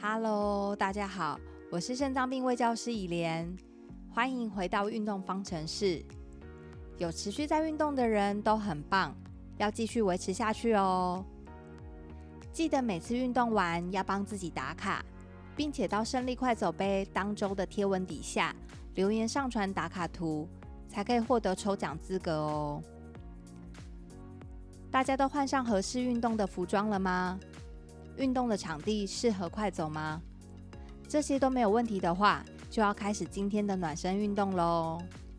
Hello， 大家好，我是肾脏病卫教师以莲，欢迎回到运动方程式。有持续在运动的人都很棒，要继续维持下去哦。记得每次运动完要帮自己打卡，并且到胜利快走杯当周的贴文底下留言上传打卡图，才可以获得抽奖资格哦。大家都换上合适运动的服装了吗？运动的场地适合快走吗？这些都没有问题的话，就要开始今天的暖身运动咯。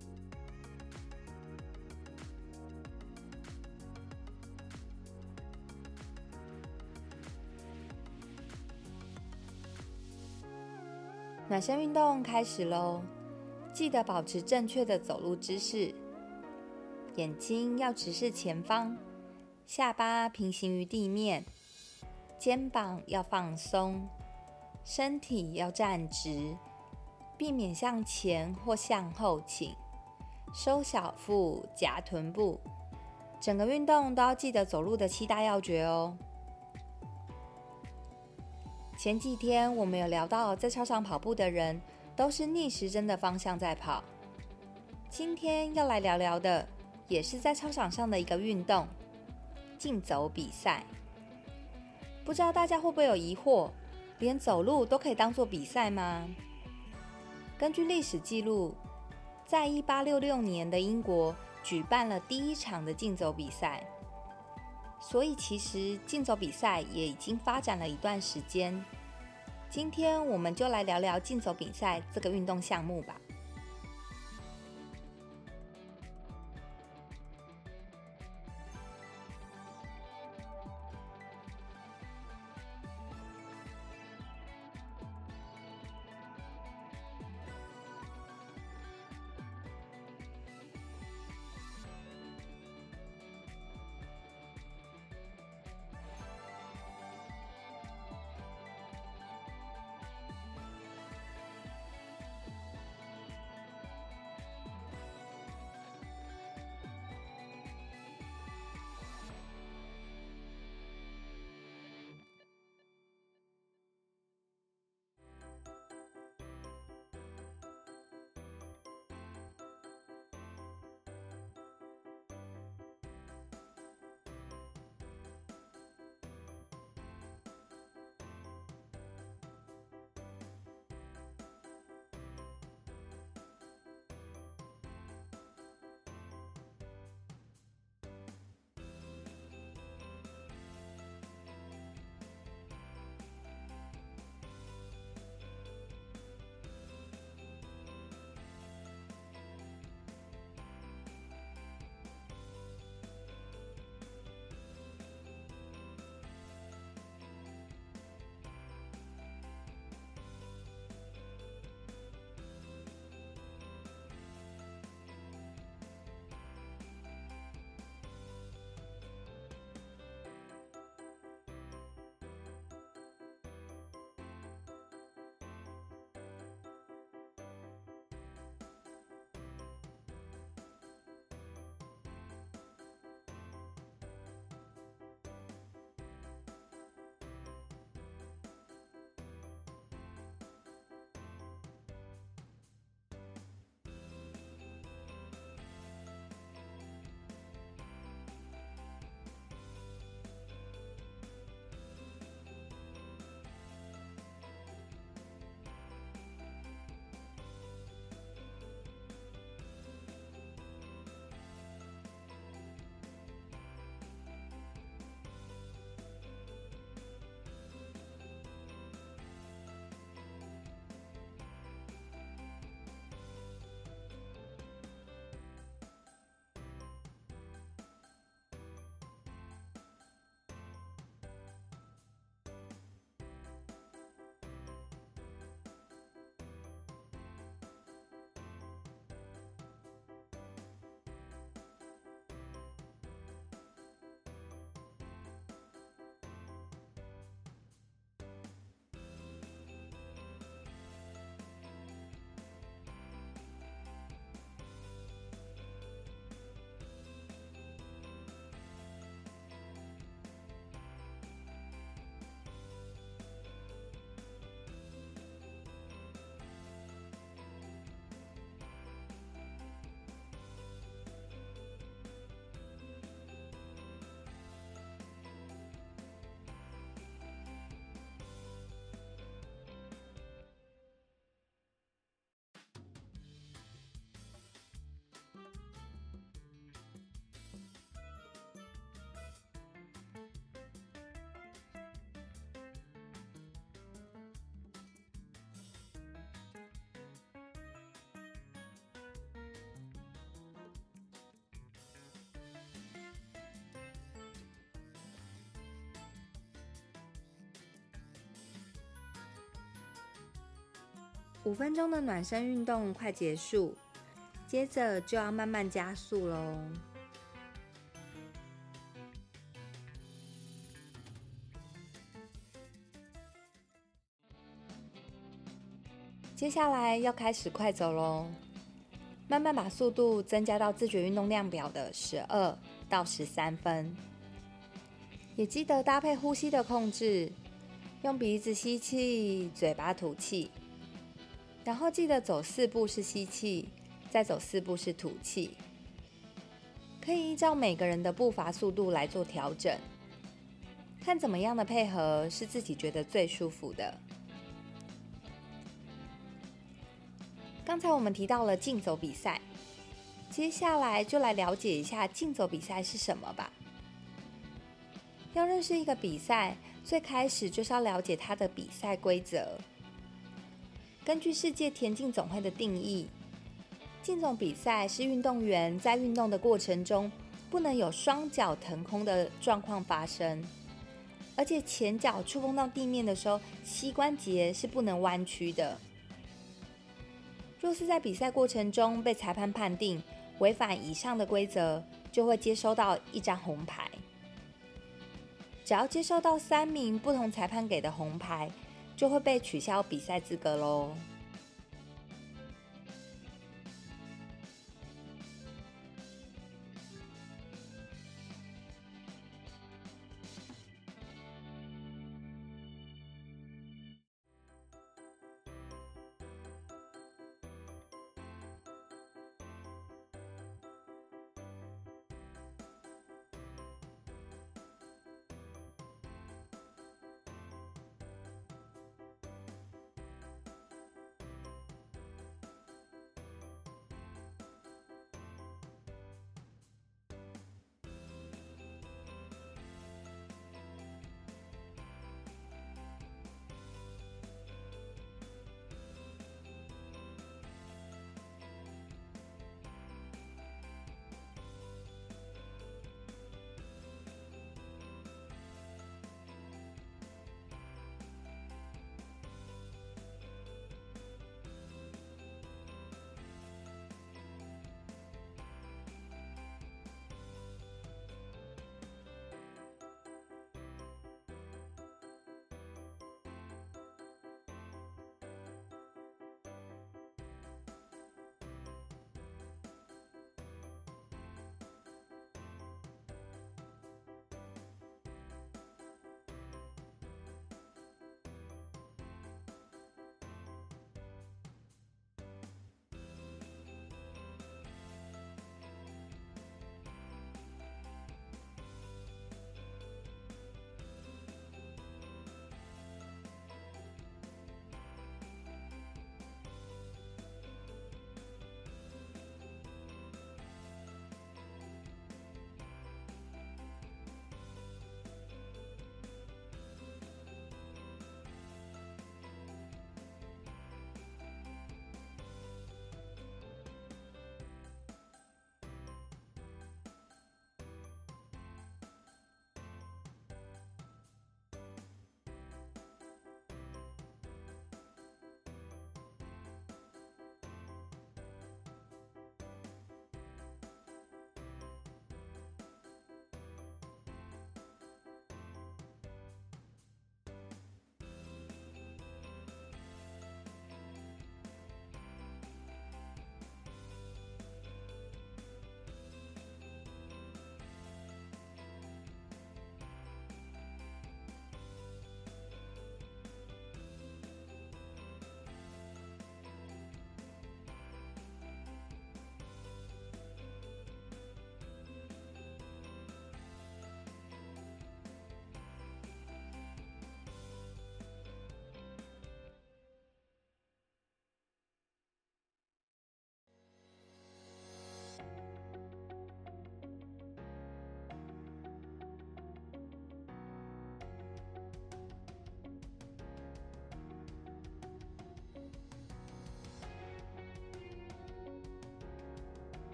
暖身运动开始咯，记得保持正确的走路姿势，眼睛要直视前方，下巴平行于地面，肩膀要放松，身体要站直，避免向前或向后倾，收小腹，夹臀部。整个运动都要记得走路的7大要诀哦。前几天我们有聊到，在操场跑步的人都是逆时针的方向在跑。今天要来聊聊的，也是在操场上的一个运动——竞走比赛。不知道大家会不会有疑惑，连走路都可以当作比赛吗？根据历史记录，在1866年的英国举办了第一场的竞走比赛，所以其实竞走比赛也已经发展了一段时间。今天我们就来聊聊竞走比赛这个运动项目吧。 5分钟的暖身运动快结束，接着就要慢慢加速咯。接下来要开始快走咯，慢慢把速度增加到自觉运动量表的12到13分。也记得搭配呼吸的控制，用鼻子吸气，嘴巴吐气，然后记得走4步是吸气，再走4步是吐气。可以依照每个人的步伐速度来做调整，看怎么样的配合是自己觉得最舒服的。刚才我们提到了竞走比赛，接下来就来了解一下竞走比赛是什么吧。要认识一个比赛，最开始就是要了解它的比赛规则。根据世界田径总会的定义，竞走比赛是运动员在运动的过程中不能有双脚腾空的状况发生，而且前脚触碰到地面的时候，膝关节是不能弯曲的。若是在比赛过程中被裁判判定违反以上的规则，就会接收到1张红牌。只要接收到3名不同裁判给的红牌，就会被取消比赛资格咯。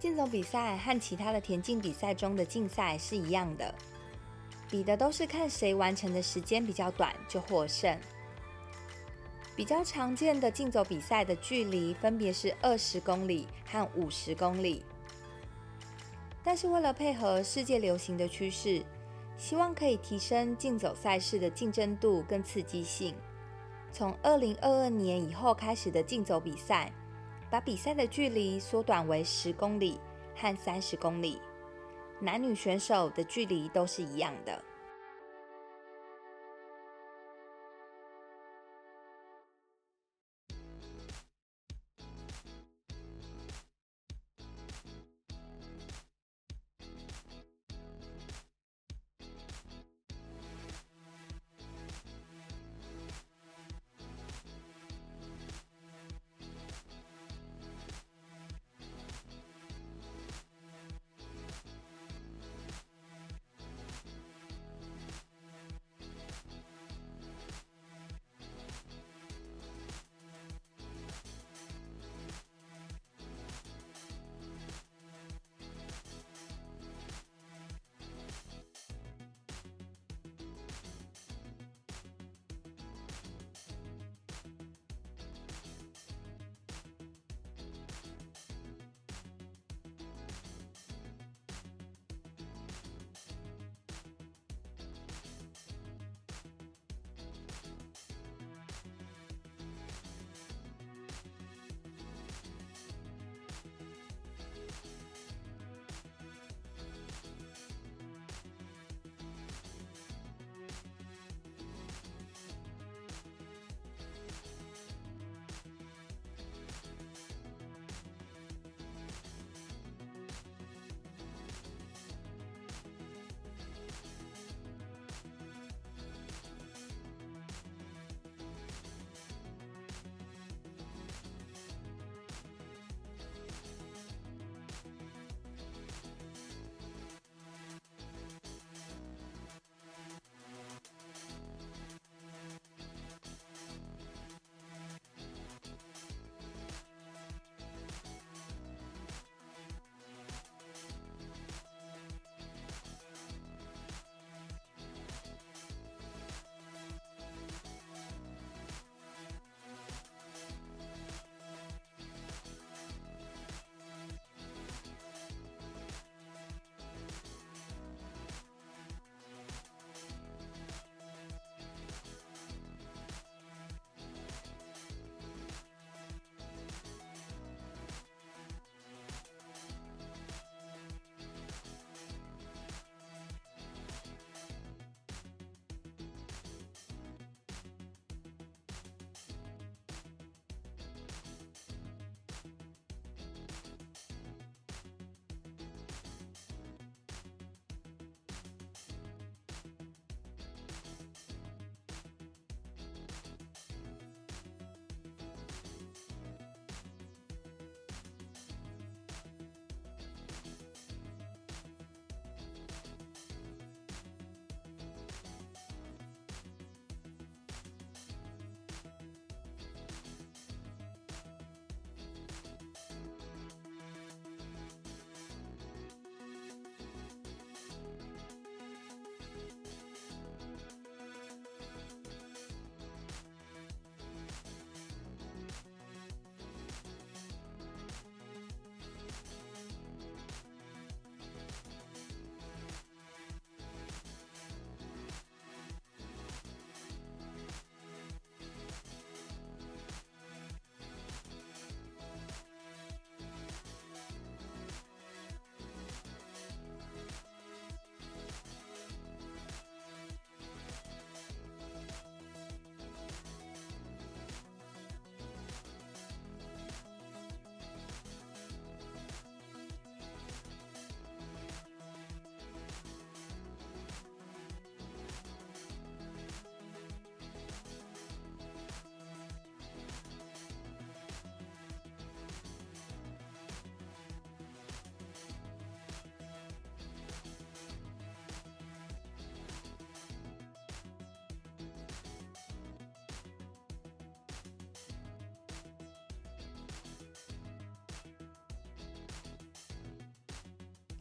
竞走比赛和其他的田径比赛中的竞赛是一样的，比的都是看谁完成的时间比较短就获胜。比较常见的竞走比赛的距离分别是20公里和50公里。但是为了配合世界流行的趋势，希望可以提升竞走赛事的竞争度跟刺激性，从2022年以后开始的竞走比赛，把比赛的距离缩短为10公里和30公里，男女选手的距离都是一样的。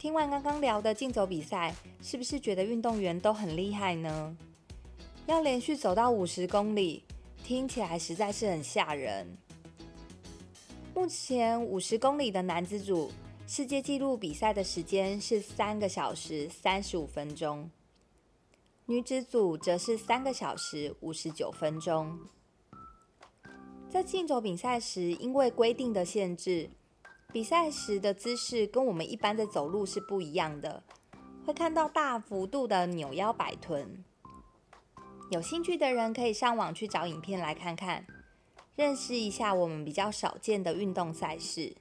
听完刚刚聊的竞走比赛，是不是觉得运动员都很厉害呢？要连续走到50公里，听起来实在是很吓人。目前50公里的男子组世界纪录比赛的时间是3个小时35分钟，女子组则是3个小时59分钟。在竞走比赛时，因为规定的限制，比赛时的姿势跟我们一般的走路是不一样的，会看到大幅度的扭腰摆臀。有兴趣的人可以上网去找影片来看看，认识一下我们比较少见的运动赛事。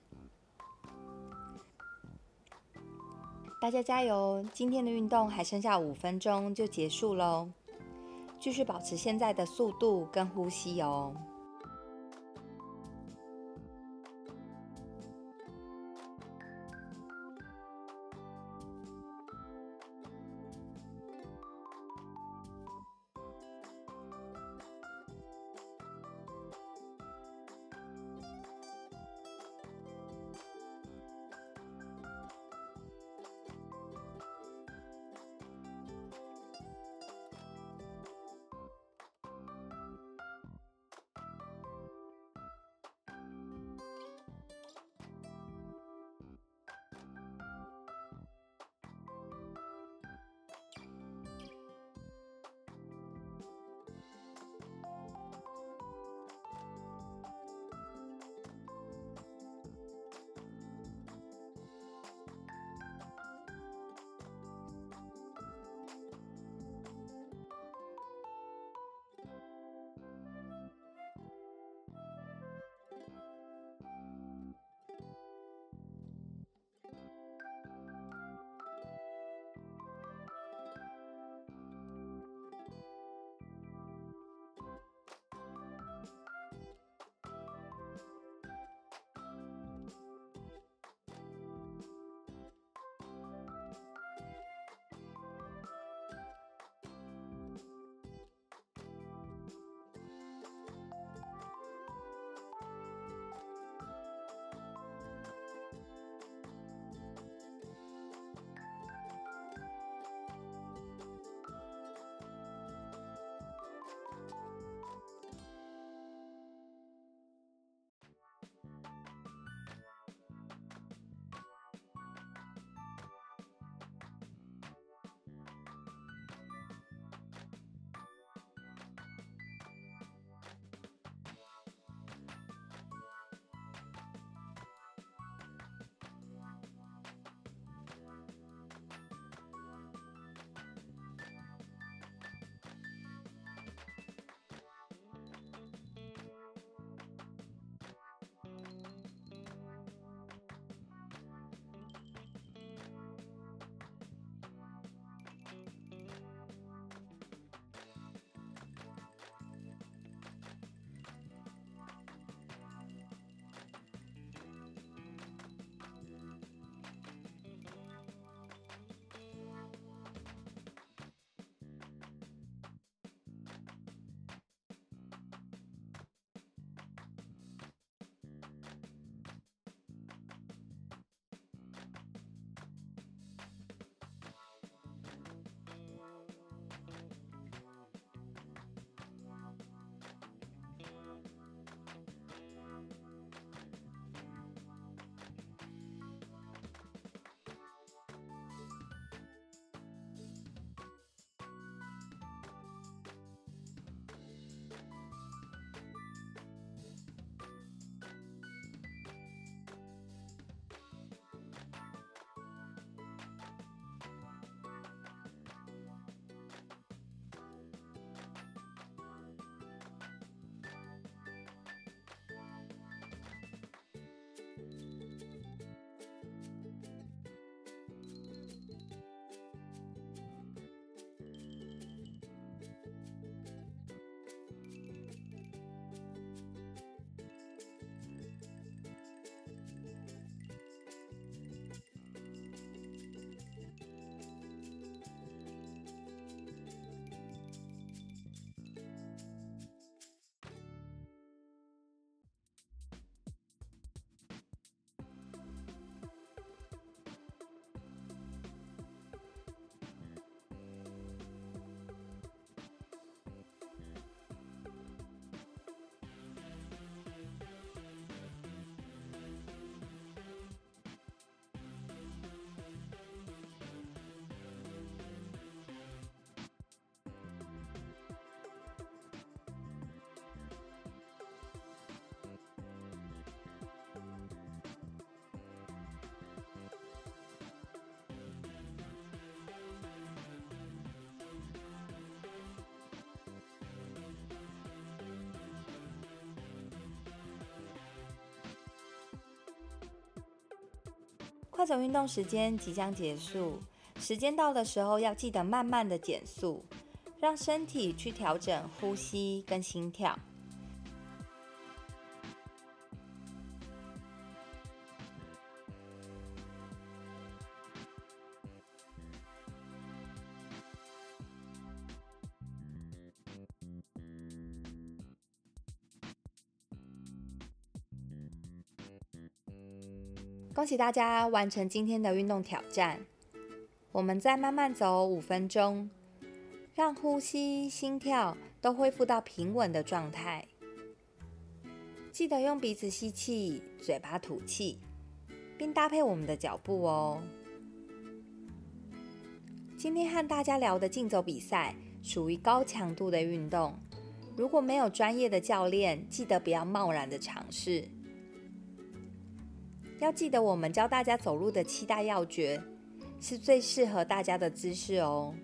大家加油！今天的运动还剩下5分钟就结束咯，继续保持现在的速度跟呼吸哦。 课程运动时间即将结束，时间到的时候要记得慢慢的减速，让身体去调整呼吸跟心跳。恭喜大家完成今天的运动挑战。我们再慢慢走5分钟，让呼吸、心跳都恢复到平稳的状态。记得用鼻子吸气，嘴巴吐气，并搭配我们的脚步哦。今天和大家聊的竞走比赛属于高强度的运动，如果没有专业的教练，记得不要贸然的尝试。要记得我们教大家走路的7大要诀，是最适合大家的姿势哦。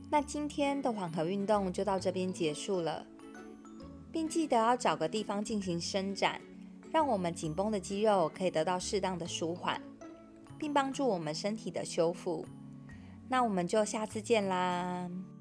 那今天的缓和运动就到这边结束了，并记得要找个地方进行伸展，让我们紧绷的肌肉可以得到适当的舒缓，并帮助我们身体的修复。那我们就下次见啦。